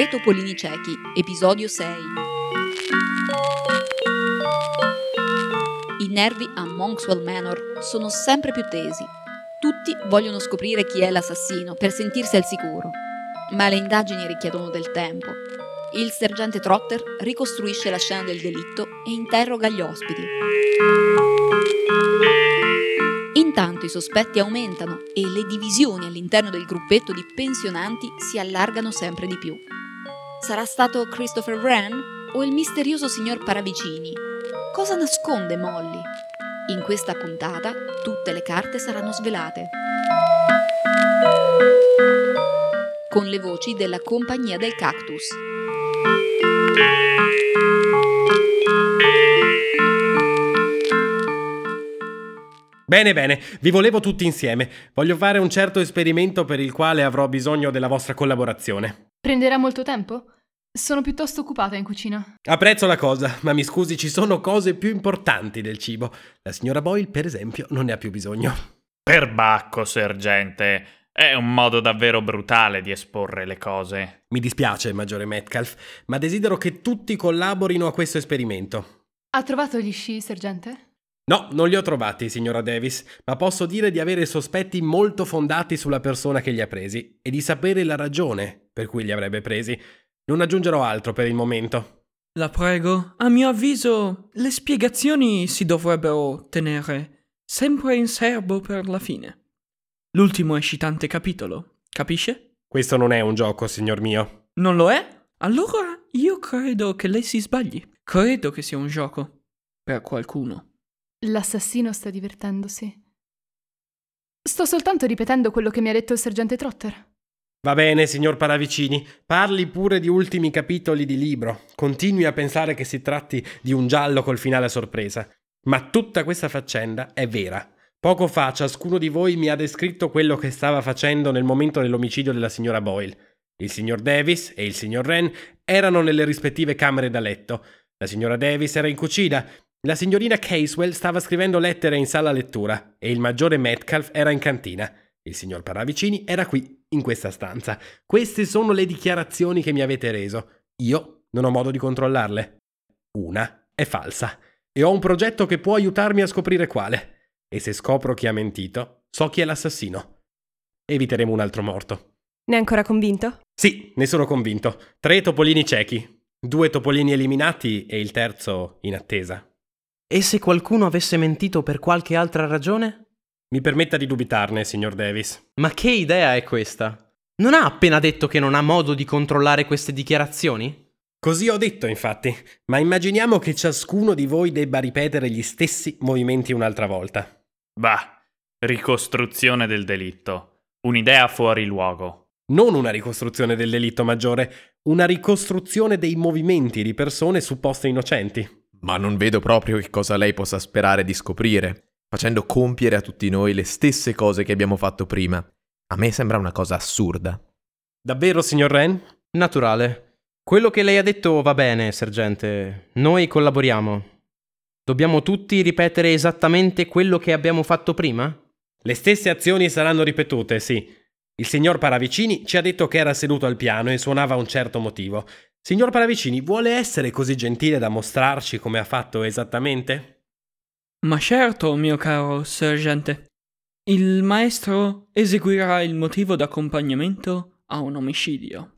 topolini ciechi, episodio 6. I nervi a Monkswell Manor sono sempre più tesi. Tutti vogliono scoprire chi è l'assassino per sentirsi al sicuro, ma le indagini richiedono del tempo. Il sergente Trotter ricostruisce la scena del delitto e interroga gli ospiti. Intanto i sospetti aumentano e le divisioni all'interno del gruppetto di pensionanti si allargano sempre di più. Sarà stato Christopher Wren o il misterioso signor Paravicini? Cosa nasconde Molly? In questa puntata tutte le carte saranno svelate. Con le voci della Compagnia del Cactus. Bene, vi volevo tutti insieme. Voglio fare un certo esperimento per il quale avrò bisogno della vostra collaborazione. Prenderà molto tempo? Sono piuttosto occupata in cucina. Apprezzo la cosa, ma mi scusi, ci sono cose più importanti del cibo. La signora Boyle, per esempio, non ne ha più bisogno. Perbacco, sergente. È un modo davvero brutale di esporre le cose. Mi dispiace, maggiore Metcalf, ma desidero che tutti collaborino a questo esperimento. Ha trovato gli sci, sergente? No, non li ho trovati, signora Davis, ma posso dire di avere sospetti molto fondati sulla persona che li ha presi e di sapere la ragione per cui li avrebbe presi. Non aggiungerò altro per il momento. La prego, a mio avviso, le spiegazioni si dovrebbero tenere sempre in serbo per la fine. L'ultimo eccitante capitolo, capisce? Questo non è un gioco, signor mio. Non lo è? Allora io credo che lei si sbagli. Credo che sia un gioco. Per qualcuno. L'assassino sta divertendosi. Sto soltanto ripetendo quello che mi ha detto il sergente Trotter. Va bene, signor Paravicini, parli pure di ultimi capitoli di libro. Continui a pensare che si tratti di un giallo col finale a sorpresa. Ma tutta questa faccenda è vera. Poco fa ciascuno di voi mi ha descritto quello che stava facendo nel momento dell'omicidio della signora Boyle. Il signor Davis e il signor Wren erano nelle rispettive camere da letto. La signora Davis era in cucina. La signorina Caswell stava scrivendo lettere in sala lettura e il maggiore Metcalf era in cantina. Il signor Paravicini era qui, in questa stanza. Queste sono le dichiarazioni che mi avete reso. Io non ho modo di controllarle. Una è falsa e ho un progetto che può aiutarmi a scoprire quale. E se scopro chi ha mentito, so chi è l'assassino. Eviteremo un altro morto. Ne è ancora convinto? Sì, ne sono convinto. 3 topolini ciechi, 2 topolini eliminati e il terzo in attesa. E se qualcuno avesse mentito per qualche altra ragione? Mi permetta di dubitarne, signor Davis. Ma che idea è questa? Non ha appena detto che non ha modo di controllare queste dichiarazioni? Così ho detto, infatti, ma immaginiamo che ciascuno di voi debba ripetere gli stessi movimenti un'altra volta. Bah, ricostruzione del delitto. Un'idea fuori luogo. Non una ricostruzione del delitto, maggiore, una ricostruzione dei movimenti di persone supposte innocenti. Ma non vedo proprio che cosa lei possa sperare di scoprire, facendo compiere a tutti noi le stesse cose che abbiamo fatto prima. A me sembra una cosa assurda. Davvero, signor Wren? Naturale. Quello che lei ha detto va bene, sergente. Noi collaboriamo. Dobbiamo tutti ripetere esattamente quello che abbiamo fatto prima? Le stesse azioni saranno ripetute, sì. Il signor Paravicini ci ha detto che era seduto al piano e suonava un certo motivo. Signor Paravicini, vuole essere così gentile da mostrarci come ha fatto esattamente? Ma certo, mio caro sergente. Il maestro eseguirà il motivo d'accompagnamento a un omicidio.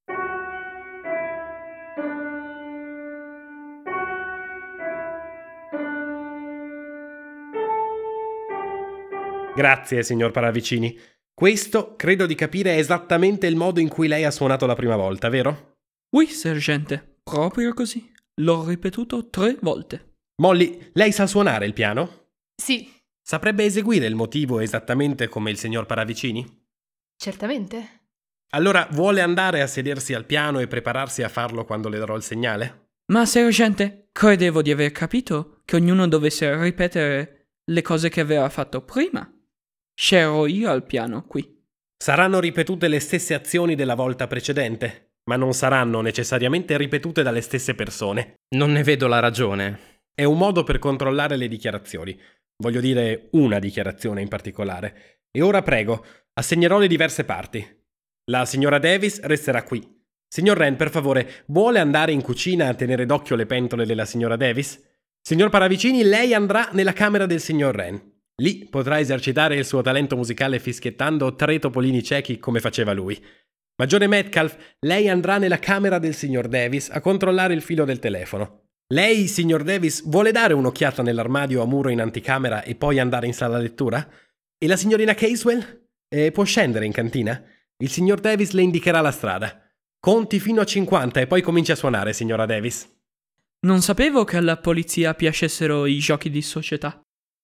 Grazie, signor Paravicini. Questo credo di capire esattamente il modo in cui lei ha suonato la prima volta, vero? Oui, sergente, proprio così. L'ho ripetuto 3 volte. Molly, lei sa suonare il piano? Sì, Saprebbe eseguire il motivo esattamente come il signor Paravicini? certamente. Allora vuole andare a sedersi al piano e prepararsi a farlo quando le darò il segnale? Ma sergente, credevo di aver capito che ognuno dovesse ripetere le cose che aveva fatto prima. C'ero io al piano qui. Saranno ripetute le stesse azioni della volta precedente, ma non saranno necessariamente ripetute dalle stesse persone. Non ne vedo la ragione. È un modo per controllare le dichiarazioni. Voglio dire una dichiarazione in particolare. E ora prego, assegnerò le diverse parti. La signora Davis resterà qui. Signor Wren, per favore, vuole andare in cucina a tenere d'occhio le pentole della signora Davis? Signor Paravicini, lei andrà nella camera del signor Wren. Lì potrà esercitare il suo talento musicale fischiettando 3 topolini ciechi come faceva lui. Maggiore Metcalf, lei andrà nella camera del signor Davis a controllare il filo del telefono. Lei, signor Davis, vuole dare un'occhiata nell'armadio a muro in anticamera e poi andare in sala lettura? E la signorina Caswell? Può scendere in cantina? Il signor Davis le indicherà la strada. Conti fino a 50 e poi cominci a suonare, signora Davis. Non sapevo che alla polizia piacessero i giochi di società.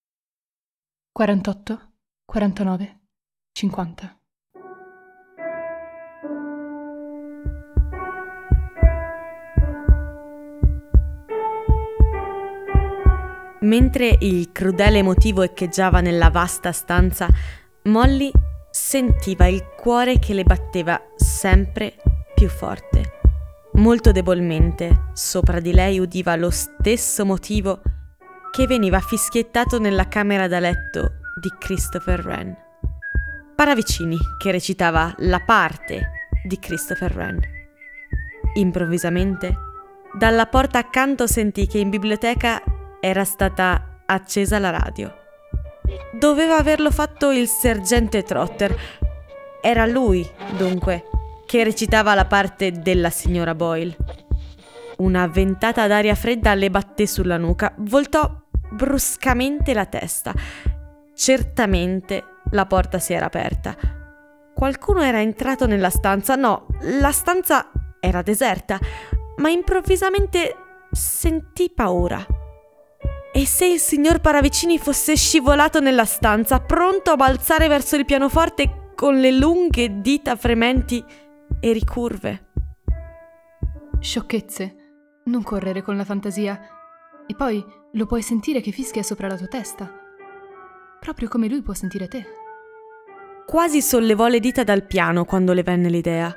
48, 49, 50. Mentre il crudele motivo echeggiava nella vasta stanza, Molly sentiva il cuore che le batteva sempre più forte. Molto debolmente, sopra di lei udiva lo stesso motivo che veniva fischiettato nella camera da letto di Christopher Wren. Paravicini, che recitava la parte di Christopher Wren. Improvvisamente, dalla porta accanto sentì che in biblioteca era stata accesa la radio. Doveva averlo fatto il sergente Trotter. Era lui, dunque, che recitava la parte della signora Boyle. Una ventata d'aria fredda le batté sulla nuca, voltò bruscamente la testa. Certamente la porta si era aperta. Qualcuno era entrato nella stanza. No, la stanza era deserta, ma improvvisamente sentì paura. E se il signor Paravicini fosse scivolato nella stanza, pronto a balzare verso il pianoforte con le lunghe dita frementi e ricurve? Sciocchezze. Non correre con la fantasia. E poi lo puoi sentire che fischia sopra la tua testa. Proprio come lui può sentire te. Quasi sollevò le dita dal piano quando le venne l'idea.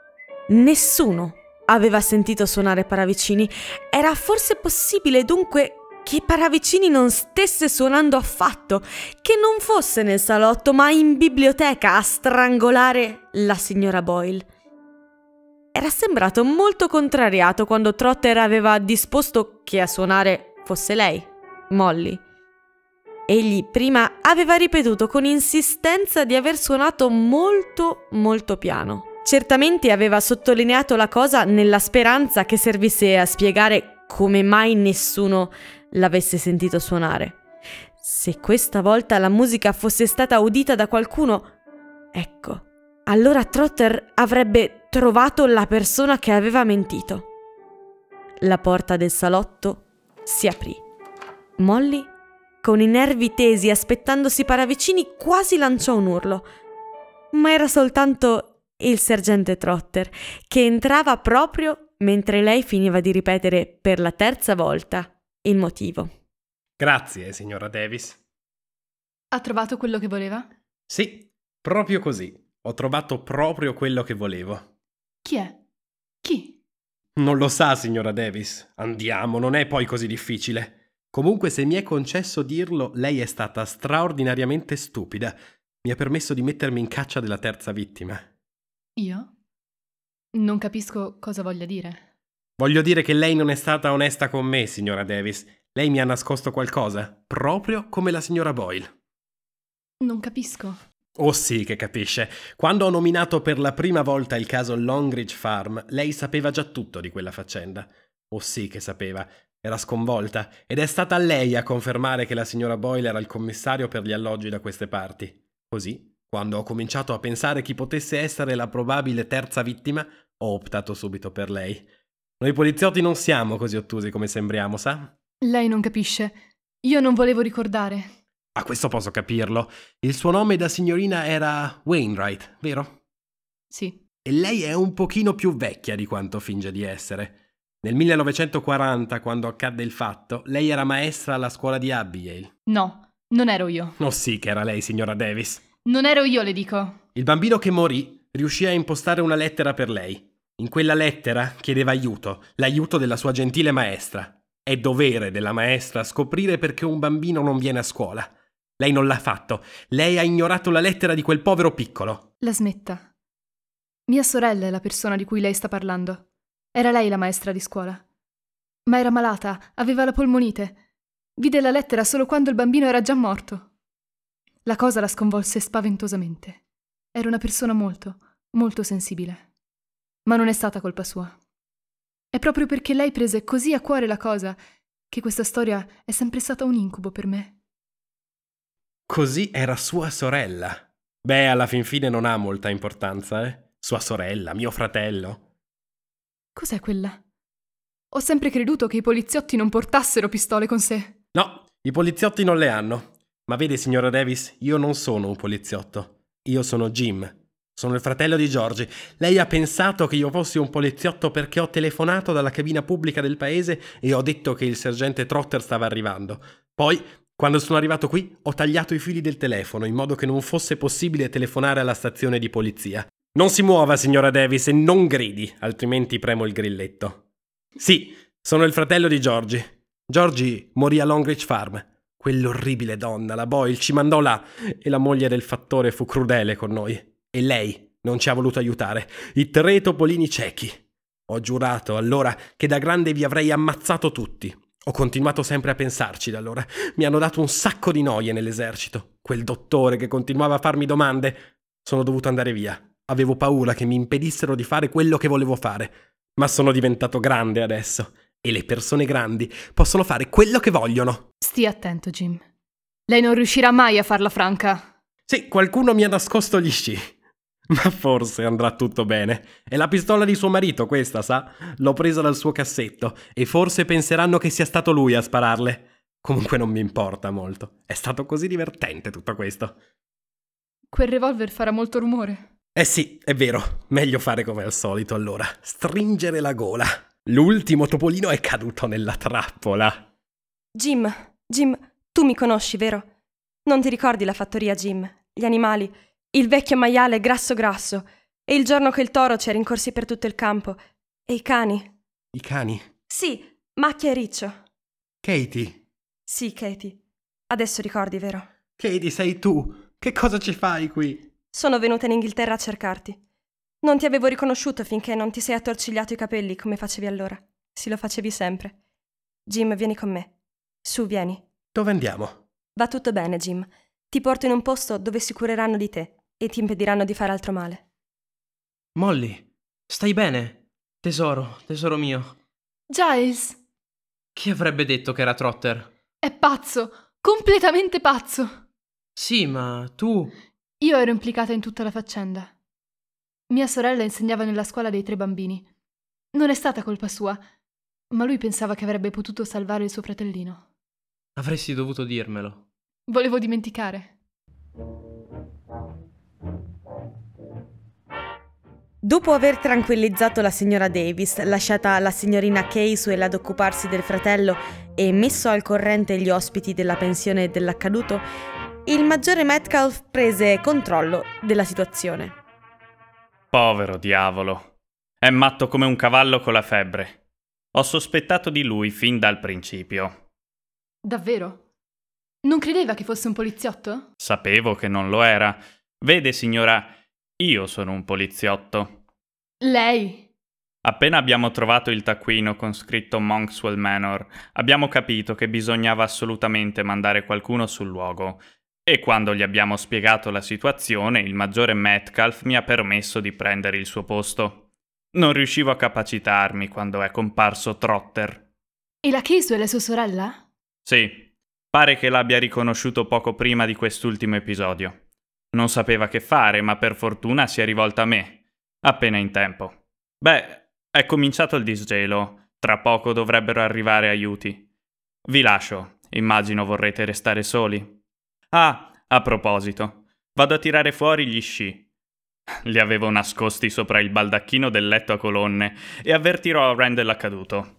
Nessuno aveva sentito suonare Paravicini. Era forse possibile, dunque, che Paravicini non stesse suonando affatto, che non fosse nel salotto, ma in biblioteca a strangolare la signora Boyle. Era sembrato molto contrariato quando Trotter aveva disposto che a suonare fosse lei, Molly. Egli prima aveva ripetuto con insistenza di aver suonato molto, molto piano. Certamente aveva sottolineato la cosa nella speranza che servisse a spiegare come mai nessuno l'avesse sentito suonare. Se questa volta la musica fosse stata udita da qualcuno, ecco, allora Trotter avrebbe trovato la persona che aveva mentito. La porta del salotto si aprì. Molly, con i nervi tesi aspettandosi Paravicini, quasi lanciò un urlo. Ma era soltanto il sergente Trotter, che entrava proprio mentre lei finiva di ripetere per la 3ª volta il motivo. Grazie, signora Davis. Ha trovato quello che voleva? Sì, proprio così. Ho trovato proprio quello che volevo. Chi è? Chi? Non lo sa, signora Davis. Andiamo, non è poi così difficile. Comunque, se mi è concesso dirlo, lei è stata straordinariamente stupida. Mi ha permesso di mettermi in caccia della 3ª vittima. Io? Non capisco cosa voglia dire. Voglio dire che lei non è stata onesta con me, signora Davis. Lei mi ha nascosto qualcosa, proprio come la signora Boyle. Non capisco. Oh sì che capisce. Quando ho nominato per la prima volta il caso Longridge Farm, lei sapeva già tutto di quella faccenda. Oh sì che sapeva. Era sconvolta ed è stata lei a confermare che la signora Boyle era il commissario per gli alloggi da queste parti. Così, quando ho cominciato a pensare chi potesse essere la probabile 3ª vittima, ho optato subito per lei. Noi poliziotti non siamo così ottusi come sembriamo, sa? Lei non capisce. Io non volevo ricordare. A questo posso capirlo. Il suo nome da signorina era Wainwright, vero? Sì. E lei è un pochino più vecchia di quanto finge di essere. Nel 1940, quando accadde il fatto, lei era maestra alla scuola di Abigail. No, non ero io. Oh sì che era lei, signora Davis. Non ero io, le dico. Il bambino che morì riuscì a impostare una lettera per lei. In quella lettera chiedeva aiuto, l'aiuto della sua gentile maestra. È dovere della maestra scoprire perché un bambino non viene a scuola. Lei non l'ha fatto. Lei ha ignorato la lettera di quel povero piccolo. La smetta. Mia sorella è la persona di cui lei sta parlando. Era lei la maestra di scuola. Ma era malata, aveva la polmonite. Vide la lettera solo quando il bambino era già morto. La cosa la sconvolse spaventosamente. Era una persona molto, molto sensibile. Ma non è stata colpa sua. È proprio perché lei prese così a cuore la cosa che questa storia è sempre stata un incubo per me. Così era sua sorella. Beh, alla fin fine non ha molta importanza, eh? Sua sorella, mio fratello. Cos'è quella? Ho sempre creduto che i poliziotti non portassero pistole con sé. No, i poliziotti non le hanno. Ma vede, signora Davis, io non sono un poliziotto. Io sono Jim. Sono il fratello di Georgie. Lei ha pensato che io fossi un poliziotto perché ho telefonato dalla cabina pubblica del paese e ho detto che il sergente Trotter stava arrivando. Poi, quando sono arrivato qui, ho tagliato i fili del telefono in modo che non fosse possibile telefonare alla stazione di polizia. Non si muova, signora Davis, e non gridi, altrimenti premo il grilletto. Sì, sono il fratello di Georgie. Georgie morì a Longreach Farm. Quell'orribile donna, la Boyle, ci mandò là e la moglie del fattore fu crudele con noi. E lei non ci ha voluto aiutare. I 3 topolini ciechi. Ho giurato allora che da grande vi avrei ammazzato tutti. Ho continuato sempre a pensarci da allora. Mi hanno dato un sacco di noie nell'esercito. Quel dottore che continuava a farmi domande. Sono dovuto andare via. Avevo paura che mi impedissero di fare quello che volevo fare. Ma sono diventato grande adesso. E le persone grandi possono fare quello che vogliono. Stia attento, Jim. Lei non riuscirà mai a farla franca. Sì, qualcuno mi ha nascosto gli sci. Ma forse andrà tutto bene. È la pistola di suo marito questa, sa? L'ho presa dal suo cassetto e forse penseranno che sia stato lui a spararle. Comunque non mi importa molto. È stato così divertente tutto questo. Quel revolver farà molto rumore. Eh sì, è vero. Meglio fare come al solito allora. Stringere la gola. L'ultimo topolino è caduto nella trappola. Jim, tu mi conosci, vero? Non ti ricordi la fattoria, Jim? Gli animali, il vecchio maiale grasso e il giorno che il toro ci ha rincorsi per tutto il campo. E i cani. I cani? Sì, Macchia e Riccio. Katie. Sì, Katie. Adesso ricordi, vero? Katie, sei tu. Che cosa ci fai qui? Sono venuta in Inghilterra a cercarti. Non ti avevo riconosciuto finché non ti sei attorcigliato i capelli come facevi allora. Sì, lo facevi sempre. Jim, vieni con me. Su, vieni. Dove andiamo? Va tutto bene, Jim. Ti porto in un posto dove si cureranno di te e ti impediranno di fare altro male. Molly, stai bene? Tesoro mio. Giles! Chi avrebbe detto che era Trotter? È pazzo! Completamente pazzo! Sì, ma tu... Io ero implicata in tutta la faccenda. Mia sorella insegnava nella scuola dei 3 bambini. Non è stata colpa sua, ma lui pensava che avrebbe potuto salvare il suo fratellino. Avresti dovuto dirmelo. Volevo dimenticare. Dopo aver tranquillizzato la signora Davis, lasciata la signorina Caswell ad occuparsi del fratello e messo al corrente gli ospiti della pensione dell'accaduto, il maggiore Metcalf prese controllo della situazione. Povero diavolo. È matto come un cavallo con la febbre. Ho sospettato di lui fin dal principio. Davvero? Non credeva che fosse un poliziotto? Sapevo che non lo era. Vede, signora, io sono un poliziotto. Lei? Appena abbiamo trovato il taccuino con scritto Monkswell Manor, abbiamo capito che bisognava assolutamente mandare qualcuno sul luogo. E quando gli abbiamo spiegato la situazione, il maggiore Metcalf mi ha permesso di prendere il suo posto. Non riuscivo a capacitarmi quando è comparso Trotter. E la Caswell è sua sorella? Sì, pare che l'abbia riconosciuto poco prima di quest'ultimo episodio. Non sapeva che fare, ma per fortuna si è rivolta a me, appena in tempo. Beh, è cominciato il disgelo, tra poco dovrebbero arrivare aiuti. Vi lascio, immagino vorrete restare soli. Ah, a proposito, vado a tirare fuori gli sci. Li avevo nascosti sopra il baldacchino del letto a colonne e avvertirò Rand dell'accaduto.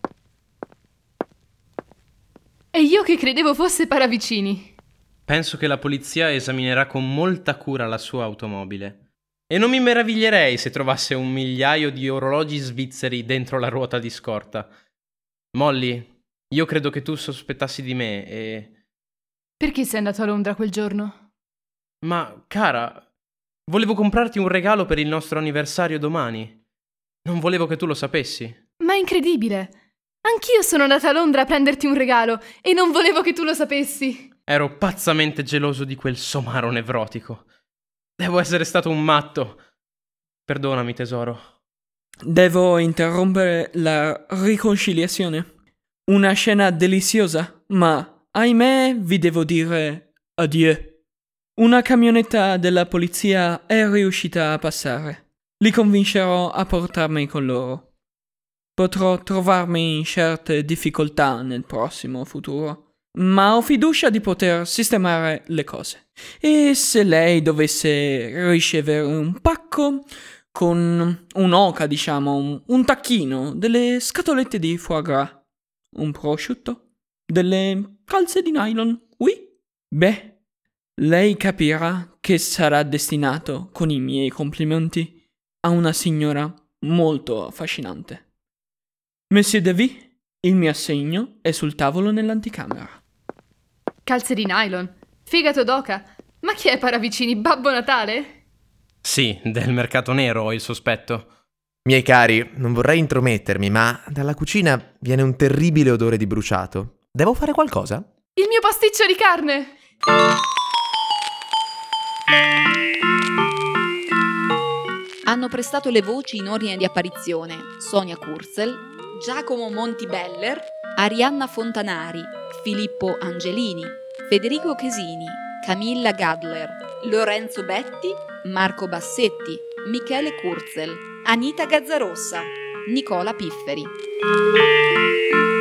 E io che credevo fosse Paravicini. Penso che la polizia esaminerà con molta cura la sua automobile. E non mi meraviglierei se trovasse 1 migliaio di orologi svizzeri dentro la ruota di scorta. Molly, io credo che tu sospettassi di me e... Perché sei andato a Londra quel giorno? Ma, cara, Volevo comprarti un regalo per il nostro anniversario domani. Non volevo che tu lo sapessi. Ma è incredibile! Anch'io sono andata a Londra a prenderti un regalo e non volevo che tu lo sapessi. Ero pazzamente geloso di quel somaro nevrotico. Devo essere stato un matto. Perdonami, tesoro. Devo interrompere la riconciliazione. Una scena deliziosa, ma ahimè vi devo dire addio. Una camionetta della polizia è riuscita a passare. Li convincerò a portarmi con loro. Potrò trovarmi in certe difficoltà nel prossimo futuro, ma ho fiducia di poter sistemare le cose. E se lei dovesse ricevere un pacco con un'oca, diciamo, un tacchino, delle scatolette di foie gras, un prosciutto, delle calze di nylon, oui? Beh, lei capirà che sarà destinato, con i miei complimenti, a una signora molto affascinante. Monsieur Davy, il mio assegno è sul tavolo nell'anticamera. Calze di nylon, fegato d'oca. Ma chi è Paravicini, Babbo Natale? Sì, del mercato nero ho il sospetto. Miei cari, non vorrei intromettermi, ma dalla cucina viene un terribile odore di bruciato. Devo fare qualcosa? Il mio pasticcio di carne! Hanno prestato le voci in ordine di apparizione Sonia Kurzel, Giacomo Montibeller, Arianna Fontanari, Filippo Angelini, Federico Chesini, Camilla Gadler, Lorenzo Betti, Marco Bassetti, Michele Kurzel, Anita Gazzarossa, Nicola Pifferi.